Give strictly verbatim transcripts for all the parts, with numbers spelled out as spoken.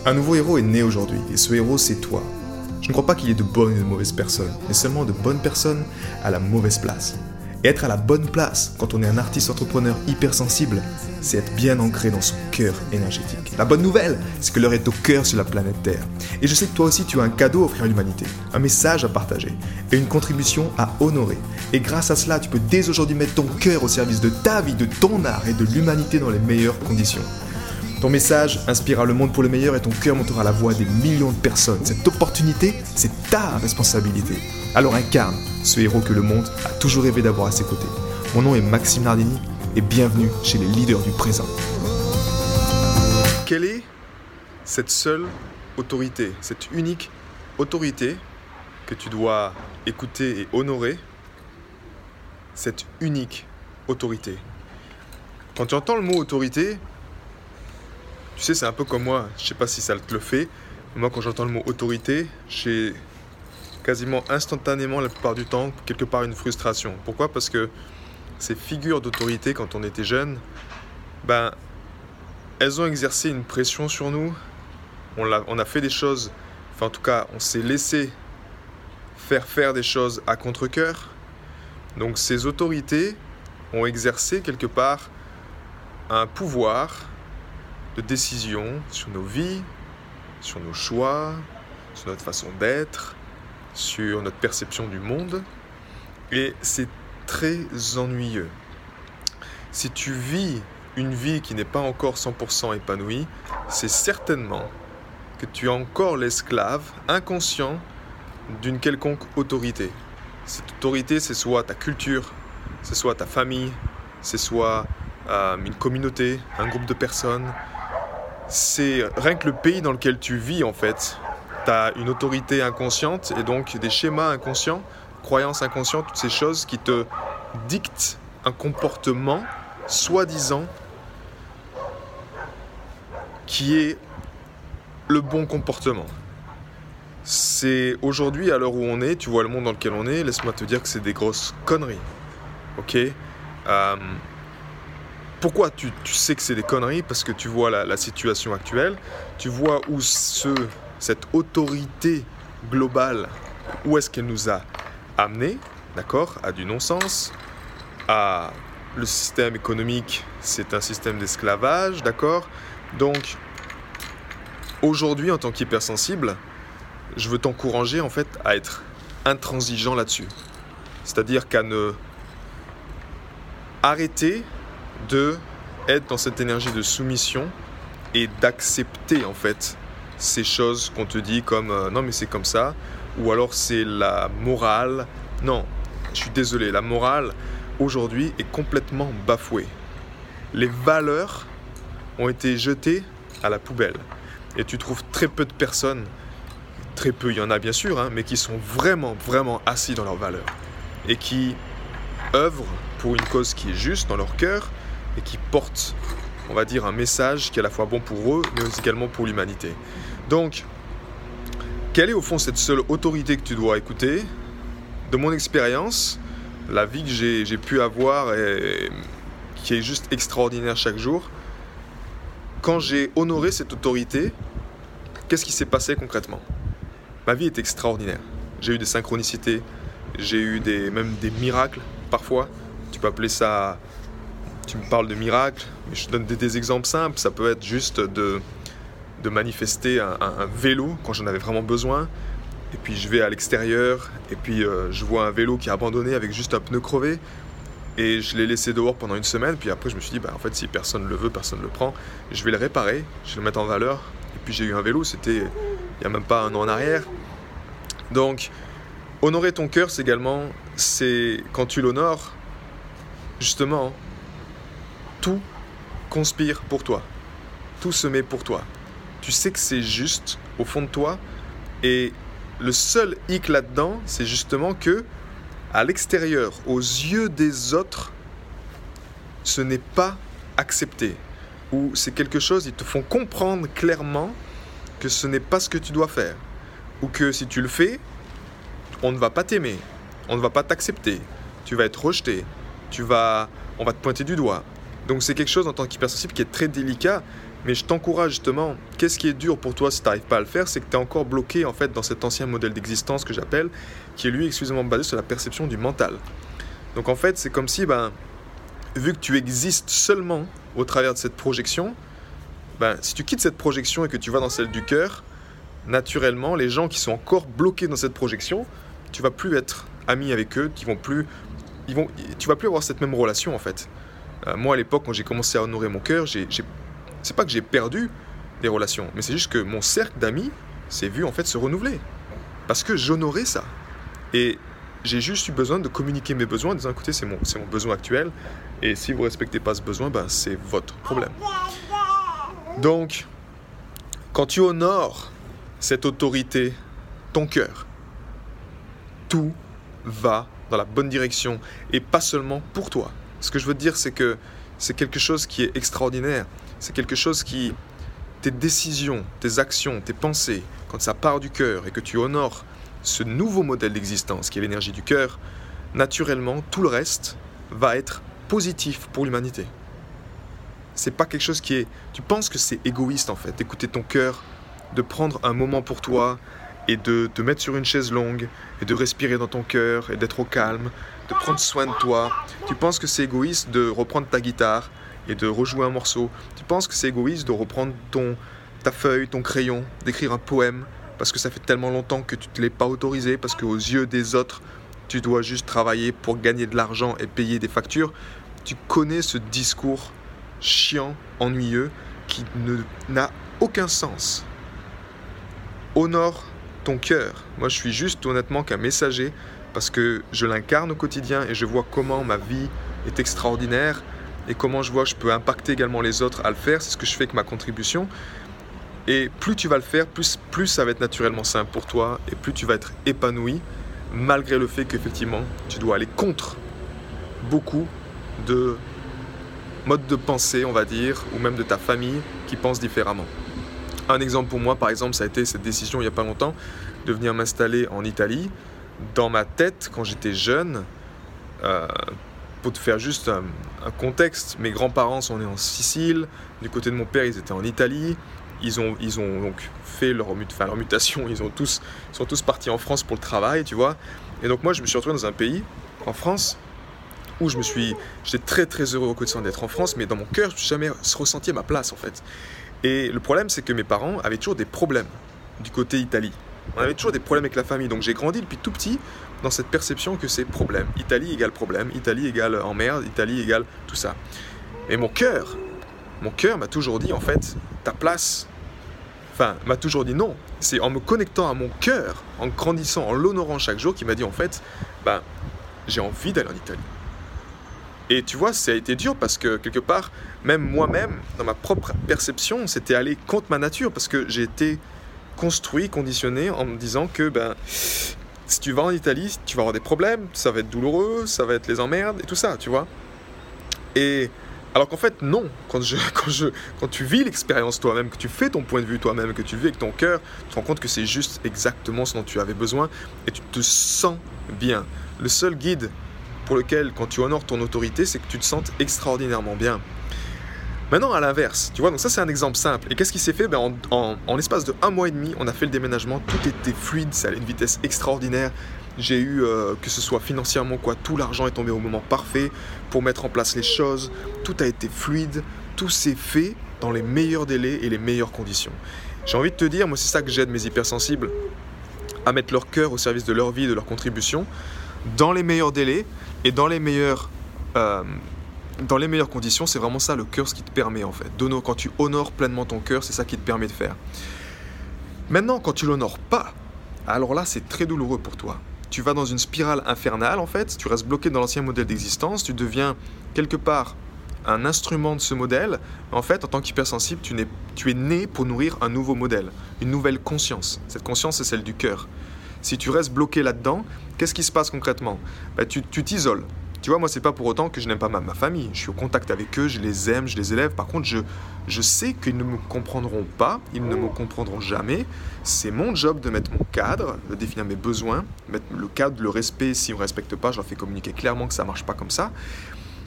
Un nouveau héros est né aujourd'hui, et ce héros c'est toi. Je ne crois pas qu'il y ait de bonnes et de mauvaises personnes, mais seulement de bonnes personnes à la mauvaise place. Et être à la bonne place, quand on est un artiste entrepreneur hypersensible, c'est être bien ancré dans son cœur énergétique. La bonne nouvelle, c'est que l'heure est au cœur sur la planète Terre. Et je sais que toi aussi tu as un cadeau à offrir à l'humanité, un message à partager, et une contribution à honorer. Et grâce à cela, tu peux dès aujourd'hui mettre ton cœur au service de ta vie, de ton art et de l'humanité dans les meilleures conditions. Ton message inspirera le monde pour le meilleur et ton cœur montera la voix des millions de personnes. Cette opportunité, c'est ta responsabilité. Alors incarne ce héros que le monde a toujours rêvé d'avoir à ses côtés. Mon nom est Maxime Nardini et bienvenue chez les leaders du présent. Quelle est cette seule autorité, cette unique autorité que tu dois écouter et honorer? Cette unique autorité. Quand tu entends le mot autorité, tu sais, c'est un peu comme moi, je sais pas si ça te le fait, mais moi quand j'entends le mot autorité, j'ai quasiment instantanément, la plupart du temps, quelque part une frustration. Pourquoi ? Parce que ces figures d'autorité, quand on était jeune, ben, elles ont exercé une pression sur nous, on, l'a, on a fait des choses, enfin en tout cas, on s'est laissé faire faire des choses à contre-cœur. Donc ces autorités ont exercé quelque part un pouvoir de décision sur nos vies, sur nos choix, sur notre façon d'être, sur notre perception du monde. Et c'est très ennuyeux. Si tu vis une vie qui n'est pas encore cent pour cent épanouie, c'est certainement que tu es encore l'esclave inconscient d'une quelconque autorité. Cette autorité, c'est soit ta culture, c'est soit ta famille, c'est soit euh, une communauté, un groupe de personnes. C'est rien que le pays dans lequel tu vis en fait. Tu as une autorité inconsciente et donc des schémas inconscients, croyances inconscientes, toutes ces choses qui te dictent un comportement soi-disant qui est le bon comportement. C'est aujourd'hui, à l'heure où on est, tu vois le monde dans lequel on est, laisse-moi te dire que c'est des grosses conneries. Ok ? euh, Pourquoi tu, tu sais que c'est des conneries ? Parce que tu vois la, la situation actuelle, tu vois où ce, cette autorité globale, où est-ce qu'elle nous a amenés, d'accord, à du non-sens, à le système économique, c'est un système d'esclavage, d'accord. Donc, aujourd'hui, en tant qu'hypersensible, je veux t'encourager en fait à être intransigeant là-dessus. C'est-à-dire qu'à ne arrêter de être dans cette énergie de soumission et d'accepter en fait ces choses qu'on te dit comme euh, non mais c'est comme ça, ou alors c'est la morale. Non, je suis désolé, la morale aujourd'hui est complètement bafouée. Les valeurs ont été jetées à la poubelle et tu trouves très peu de personnes, très peu, il y en a bien sûr, hein, mais qui sont vraiment vraiment assis dans leurs valeurs et qui œuvrent pour une cause qui est juste dans leur cœur et qui porte, on va dire, un message qui est à la fois bon pour eux, mais aussi également pour l'humanité. Donc, quelle est au fond cette seule autorité que tu dois écouter ? De mon expérience, la vie que j'ai, j'ai pu avoir, et qui est juste extraordinaire chaque jour, quand j'ai honoré cette autorité, qu'est-ce qui s'est passé concrètement ? Ma vie est extraordinaire. J'ai eu des synchronicités, j'ai eu des, même des miracles parfois. Tu peux appeler ça... Tu me parles de miracles, mais je te donne des, des exemples simples. Ça peut être juste de, de manifester un, un, un vélo quand j'en avais vraiment besoin. Et puis je vais à l'extérieur et puis euh, je vois un vélo qui est abandonné avec juste un pneu crevé. Et je l'ai laissé dehors pendant une semaine. Puis après je me suis dit, bah, en fait si personne ne le veut, personne ne le prend. Je vais le réparer, je vais le mettre en valeur. Et puis j'ai eu un vélo, c'était il n'y a même pas un an en arrière. Donc honorer ton cœur, c'est également, c'est quand tu l'honores, justement, tout conspire pour toi. Tout se met pour toi. Tu sais que c'est juste au fond de toi. Et le seul hic là-dedans, c'est justement que, à l'extérieur, aux yeux des autres, ce n'est pas accepté. Ou c'est quelque chose, ils te font comprendre clairement que ce n'est pas ce que tu dois faire. Ou que si tu le fais, on ne va pas t'aimer. On ne va pas t'accepter. Tu vas être rejeté. Tu vas, on va te pointer du doigt. Donc c'est quelque chose en tant qu'hypersensible qui est très délicat, Mais je t'encourage justement, qu'est-ce qui est dur pour toi si tu n'arrives pas à le faire, c'est que tu es encore bloqué en fait dans cet ancien modèle d'existence que j'appelle, qui est lui exclusivement basé sur la perception du mental. Donc en fait, c'est comme si, ben, vu que tu existes seulement au travers de cette projection, ben, si tu quittes cette projection et que tu vas dans celle du cœur, naturellement, les gens qui sont encore bloqués dans cette projection, tu vas plus être ami avec eux, qui vont plus, ils vont, tu vas plus avoir cette même relation en fait. Euh, moi à l'époque, quand j'ai commencé à honorer mon cœur, j'ai, j'ai, c'est pas que j'ai perdu des relations, mais c'est juste que mon cercle d'amis s'est vu en fait se renouveler parce que j'honorais ça. Et j'ai juste eu besoin de communiquer mes besoins en disant écoutez, c'est mon, c'est mon besoin actuel, et si vous ne respectez pas ce besoin, ben, c'est votre problème. Donc, quand tu honores cette autorité, ton cœur, tout va dans la bonne direction, et pas seulement pour toi. Ce que je veux te dire, c'est que c'est quelque chose qui est extraordinaire. C'est quelque chose qui, tes décisions, tes actions, tes pensées, quand ça part du cœur et que tu honores ce nouveau modèle d'existence qui est l'énergie du cœur, naturellement, tout le reste va être positif pour l'humanité. C'est pas quelque chose qui est... Tu penses que c'est égoïste en fait, d'écouter ton cœur, de prendre un moment pour toi et de te mettre sur une chaise longue et de respirer dans ton cœur et d'être au calme, de prendre soin de toi. Tu penses que c'est égoïste de reprendre ta guitare et de rejouer un morceau. Tu penses que c'est égoïste de reprendre ton, ta feuille, ton crayon, d'écrire un poème parce que ça fait tellement longtemps que tu ne te l'es pas autorisé, parce qu'aux yeux des autres, tu dois juste travailler pour gagner de l'argent et payer des factures. Tu connais ce discours chiant, ennuyeux, qui ne, n'a aucun sens. Honore ton cœur. Moi, je suis juste honnêtement qu'un messager parce que je l'incarne au quotidien et je vois comment ma vie est extraordinaire et comment je vois que je peux impacter également les autres à le faire. C'est ce que je fais avec ma contribution. Et plus tu vas le faire, plus, plus ça va être naturellement simple pour toi et plus tu vas être épanoui, malgré le fait qu'effectivement, tu dois aller contre beaucoup de modes de pensée, on va dire, ou même de ta famille qui pensent différemment. Un exemple pour moi, par exemple, ça a été cette décision il n'y a pas longtemps de venir m'installer en Italie. Dans ma tête, quand j'étais jeune, euh, pour te faire juste un, un contexte, mes grands-parents sont nés en Sicile, du côté de mon père, ils étaient en Italie. Ils ont, ils ont donc fait leur, enfin, leur mutation, ils, ont tous, ils sont tous partis en France pour le travail, tu vois. Et donc moi, je me suis retrouvé dans un pays, en France, où je me suis, j'étais très très heureux au quotidien d'être en France, mais dans mon cœur, je ne me suis jamais ressenti à ma place, en fait. Et le problème, c'est que mes parents avaient toujours des problèmes du côté Italie. On avait toujours des problèmes avec la famille, donc j'ai grandi depuis tout petit dans cette perception que c'est problème. Italie égale problème, Italie égale emmerde, Italie égale tout ça. Et mon cœur, mon cœur m'a toujours dit, en fait, ta place, enfin, m'a toujours dit non. C'est en me connectant à mon cœur, en grandissant, en l'honorant chaque jour, qu'il m'a dit, en fait, ben, j'ai envie d'aller en Italie. Et tu vois, ça a été dur parce que, quelque part, même moi-même, dans ma propre perception, c'était aller contre ma nature parce que j'ai été construit, conditionné en me disant que, ben, si tu vas en Italie, tu vas avoir des problèmes, ça va être douloureux, ça va être les emmerdes et tout ça, tu vois. Et alors qu'en fait, non. Quand, je, quand, je, quand tu vis l'expérience toi-même, que tu fais ton point de vue toi-même, que tu le vis avec ton cœur, tu te rends compte que c'est juste exactement ce dont tu avais besoin et tu te sens bien. Le seul guide pour lequel, quand tu honores ton autorité, c'est que tu te sentes extraordinairement bien. Maintenant, à l'inverse, tu vois, donc ça c'est un exemple simple. Et qu'est-ce qui s'est fait? Ben, en, en, en l'espace de un mois et demi, on a fait le déménagement, tout était fluide, ça allait à une vitesse extraordinaire. J'ai eu, euh, que ce soit financièrement, quoi, tout l'argent est tombé au moment parfait pour mettre en place les choses. Tout a été fluide, tout s'est fait dans les meilleurs délais et les meilleures conditions. J'ai envie de te dire, moi c'est ça que j'aide mes hypersensibles à mettre leur cœur au service de leur vie, de leur contribution, dans les meilleurs délais et dans les meilleures, euh, dans les meilleures conditions. C'est vraiment ça le cœur, ce qui te permet en fait. D'honor, quand tu honores pleinement ton cœur, c'est ça qui te permet de faire. Maintenant, quand tu l'honores pas, alors là c'est très douloureux pour toi. Tu vas dans une spirale infernale en fait, tu restes bloqué dans l'ancien modèle d'existence, tu deviens quelque part un instrument de ce modèle. En fait, en tant qu'hypersensible, tu, n'es, tu es né pour nourrir un nouveau modèle, une nouvelle conscience. Cette conscience, c'est celle du cœur. Si tu restes bloqué là-dedans, qu'est-ce qui se passe concrètement? Bah, tu, tu t'isoles. Tu vois, moi, c'est pas pour autant que je n'aime pas ma, ma famille. Je suis au contact avec eux, je les aime, je les élève. Par contre, je, je sais qu'ils ne me comprendront pas, ils ne me comprendront jamais. C'est mon job de mettre mon cadre, de définir mes besoins, mettre le cadre, le respect. Si on ne respecte pas, je leur fais communiquer clairement que ça ne marche pas comme ça.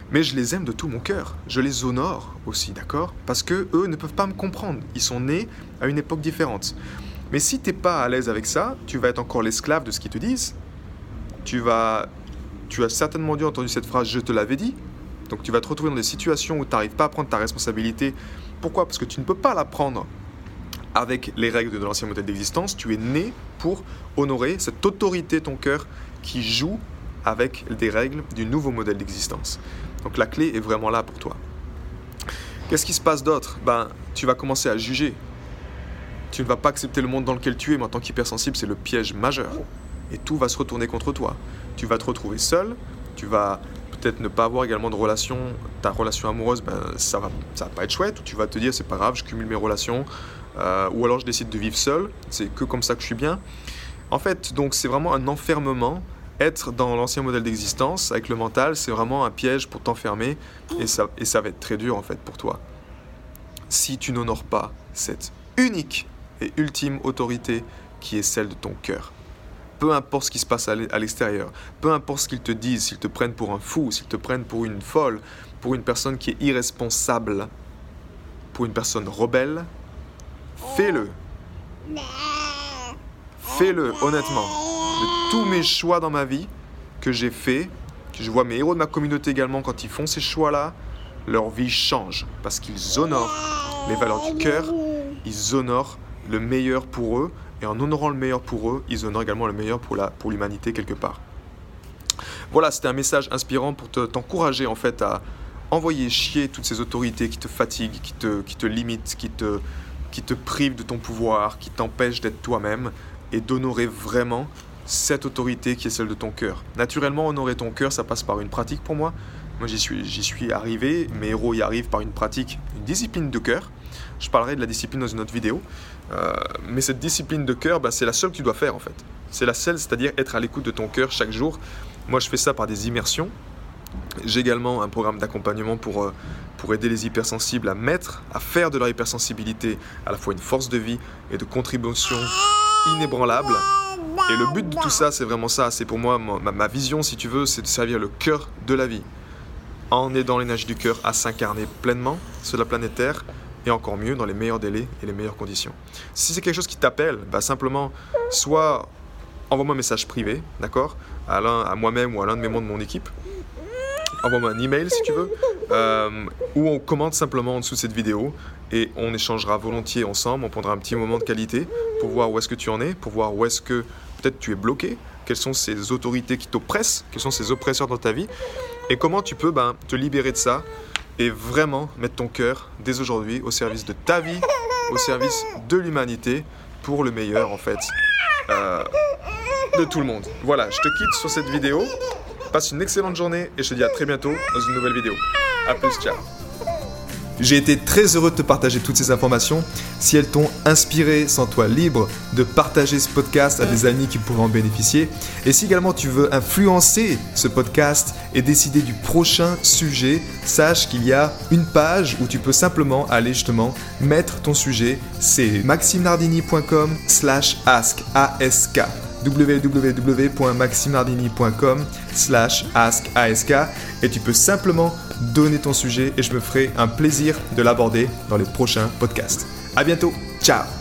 Mais je les aime de tout mon cœur. Je les honore aussi, d'accord ? Parce que eux ne peuvent pas me comprendre. Ils sont nés à une époque différente. Mais si tu n'es pas à l'aise avec ça, tu vas être encore l'esclave de ce qu'ils te disent. Tu vas, tu as certainement dû entendre cette phrase « je te l'avais dit ». Donc tu vas te retrouver dans des situations où tu n'arrives pas à prendre ta responsabilité. Pourquoi ? Parce que tu ne peux pas la prendre avec les règles de l'ancien modèle d'existence. Tu es né pour honorer cette autorité de ton cœur qui joue avec des règles du nouveau modèle d'existence. Donc la clé est vraiment là pour toi. Qu'est-ce qui se passe d'autre ? Ben, tu vas commencer à juger. Tu ne vas pas accepter le monde dans lequel tu es, mais en tant qu'hypersensible, c'est le piège majeur. Et tout va se retourner contre toi. Tu vas te retrouver seul, tu vas peut-être ne pas avoir également de relation, ta relation amoureuse, ben, ça va, ça va pas être chouette, ou tu vas te dire c'est pas grave, je cumule mes relations, euh, ou alors je décide de vivre seul, c'est que comme ça que je suis bien. En fait, donc c'est vraiment un enfermement. Être dans l'ancien modèle d'existence avec le mental, c'est vraiment un piège pour t'enfermer et ça, et ça va être très dur en fait pour toi. Si tu n'honores pas cette unique et ultime autorité qui est celle de ton cœur. Peu importe ce qui se passe à l'extérieur, peu importe ce qu'ils te disent, s'ils te prennent pour un fou, s'ils te prennent pour une folle, pour une personne qui est irresponsable, pour une personne rebelle, fais-le. Fais-le honnêtement. De tous mes choix dans ma vie que j'ai fait, que je vois mes héros de ma communauté également, quand ils font ces choix-là, leur vie change parce qu'ils honorent les valeurs du cœur, ils honorent le meilleur pour eux et en honorant le meilleur pour eux, ils honorent également le meilleur pour, la, pour l'humanité quelque part. Voilà, c'était un message inspirant pour te, t'encourager en fait à envoyer chier toutes ces autorités qui te fatiguent, qui te, qui te limitent, qui te, qui te privent de ton pouvoir, qui t'empêchent d'être toi-même et d'honorer vraiment cette autorité qui est celle de ton cœur. Naturellement, honorer ton cœur, ça passe par une pratique pour moi. Moi, j'y suis, j'y suis arrivé, mes héros y arrivent par une pratique, une discipline de cœur. Je parlerai de la discipline dans une autre vidéo. Euh, mais cette discipline de cœur, bah, c'est la seule que tu dois faire en fait. C'est la seule, c'est-à-dire être à l'écoute de ton cœur chaque jour. Moi, je fais ça par des immersions. J'ai également un programme d'accompagnement pour, euh, pour aider les hypersensibles à mettre, à faire de leur hypersensibilité à la fois une force de vie et de contribution inébranlable. Et le but de tout ça, c'est vraiment ça. C'est pour moi, ma, ma vision, si tu veux, c'est de servir le cœur de la vie. En aidant l'énergie du cœur à s'incarner pleinement sur la planète Terre et encore mieux dans les meilleurs délais et les meilleures conditions. Si c'est quelque chose qui t'appelle, bah simplement, soit envoie-moi un message privé, d'accord, à, l'un, à moi-même ou à l'un de mes membres de mon équipe. Envoie-moi un email si tu veux, euh, ou on commente simplement en dessous de cette vidéo et on échangera volontiers ensemble, on prendra un petit moment de qualité pour voir où est-ce que tu en es, pour voir où est-ce que peut-être tu es bloqué, quelles sont ces autorités qui t'oppressent, quels sont ces oppresseurs dans ta vie, et comment tu peux ben, te libérer de ça et vraiment mettre ton cœur dès aujourd'hui au service de ta vie, au service de l'humanité, pour le meilleur en fait, euh, de tout le monde. Voilà, je te quitte sur cette vidéo. Passe une excellente journée et je te dis à très bientôt dans une nouvelle vidéo. A plus, ciao. J'ai été très heureux de te partager toutes ces informations. Si elles t'ont inspiré, sens-toi libre de partager ce podcast à des amis qui pourraient en bénéficier. Et si également tu veux influencer ce podcast et décider du prochain sujet, sache qu'il y a une page où tu peux simplement aller justement mettre ton sujet. C'est maximenardini.com slash ask, A-S-K. w w w point maximenardini point com slash ask ask et tu peux simplement donner ton sujet et je me ferai un plaisir de l'aborder dans les prochains podcasts. À bientôt, ciao.